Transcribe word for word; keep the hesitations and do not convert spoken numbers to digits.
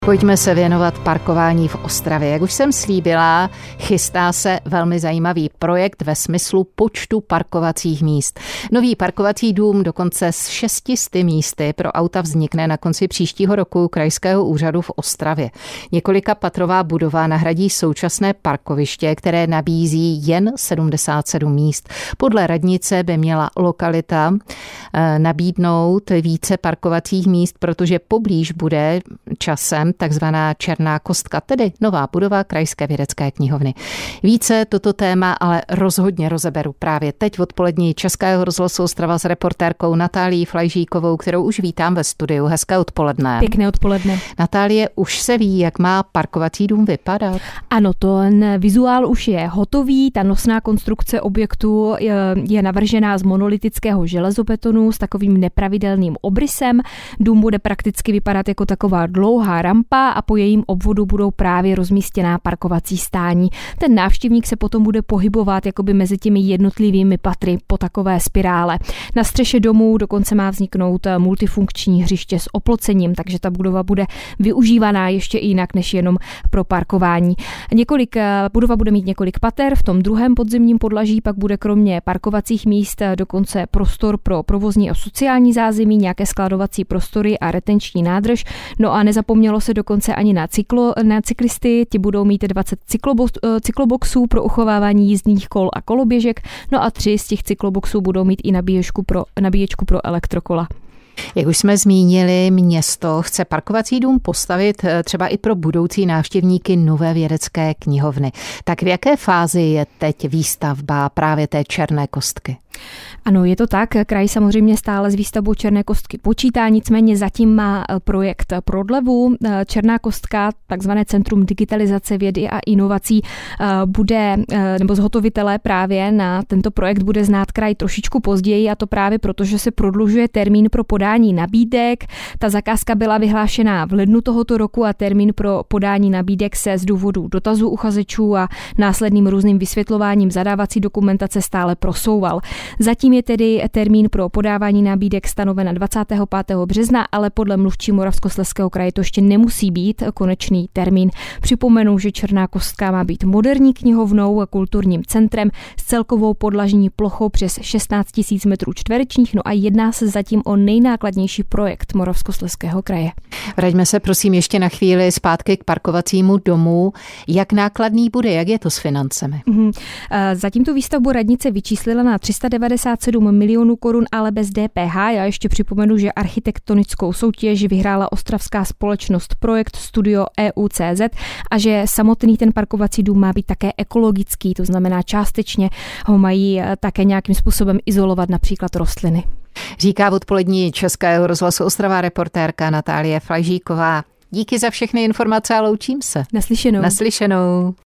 Pojďme se věnovat parkování v Ostravě. Jak už jsem slíbila, chystá se velmi zajímavý projekt ve smyslu počtu parkovacích míst. Nový parkovací dům dokonce s šestisty místy pro auta vznikne na konci příštího roku Krajského úřadu v Ostravě. Několika patrová budova nahradí současné parkoviště, které nabízí jen sedmdesát sedm míst. Podle radnice by měla lokalita nabídnout více parkovacích míst, protože poblíž bude časem takzvaná Černá kostka, tedy nová budova Krajské vědecké knihovny. Více toto téma ale rozhodně rozeberu právě teď v odpolední Českého rozhlasu Ostrava s reportérkou Natálií Flajžíkovou, kterou už vítám ve studiu. Hezké odpoledne. Pěkné odpoledne. Natálie, už se ví, jak má parkovací dům vypadat? Ano, ten vizuál už je hotový, ta nosná konstrukce objektu je navržená z monolitického železobetonu s takovým nepravidelným obrysem. Dům bude prakticky vypadat jako taková dlouhá rampa a po jejím obvodu budou právě rozmístěná parkovací stání. Ten návštěvník se potom bude pohybovat jakoby mezi těmi jednotlivými patry po takové spirále. Na střeše domu dokonce má vzniknout multifunkční hřiště s oplocením, takže ta budova bude využívaná ještě i jinak než jenom pro parkování. Několik, budova bude mít několik pater, v tom druhém podzemním podlaží pak bude kromě parkovacích míst dokonce prostor pro provozní a sociální zázemí, nějaké skladovací prostory a retenční nádrž. No a nezapomnělo se dokonce ani na, cyklo, na cyklisty, ti budou mít dvacet cyklobox, cykloboxů pro uchovávání jízdních kol a koloběžek, no a tři z těch cykloboxů budou mít i nabíječku pro, nabíječku pro elektrokola. Jak už jsme zmínili, město chce parkovací dům postavit třeba i pro budoucí návštěvníky nové vědecké knihovny. Tak v jaké fázi je teď výstavba právě té Černé kostky? Ano, je to tak. Kraj samozřejmě stále s výstavbou Černé kostky počítá, nicméně zatím má projekt prodlevu. Černá kostka, takzvané Centrum digitalizace vědy a inovací, bude, nebo zhotovitelé právě na tento projekt bude znát kraj trošičku později, a to právě proto, že se prodlužuje termín pro podání nabídek. Ta zakázka byla vyhlášená v lednu tohoto roku a termín pro podání nabídek se z důvodu dotazů uchazečů a následným různým vysvětlováním zadávací dokumentace stále prosouval. Zatím je tedy termín pro podávání nabídek stanoven na dvacátého pátého března, ale podle mluvčí Moravskoslezského kraje to ještě nemusí být konečný termín. Připomenu, že Černá kostka má být moderní knihovnou a kulturním centrem s celkovou podlažní plochou přes šestnáct tisíc metrů čtverečních, no a jedná se zatím o nejnákladnější projekt Moravskoslezského kraje. Vraťme se prosím ještě na chvíli zpátky k parkovacímu domu. Jak nákladný bude, jak je to s financemi? Mm-hmm. Zatím tu výstavbu radnice vyčíslila na tři sta devadesát sedm milionů korun, ale bez D P H. Já ještě připomenu, že architektonickou soutěž vyhrála ostravská společnost Projekt Studio E U C Z a že samotný ten parkovací dům má být také ekologický, to znamená částečně ho mají také nějakým způsobem izolovat například rostliny. Říká v odpolední Českého rozhlasu Ostrava reportérka Natálie Flajžíková. Díky za všechny informace a loučím se. Naslyšenou. Naslyšenou.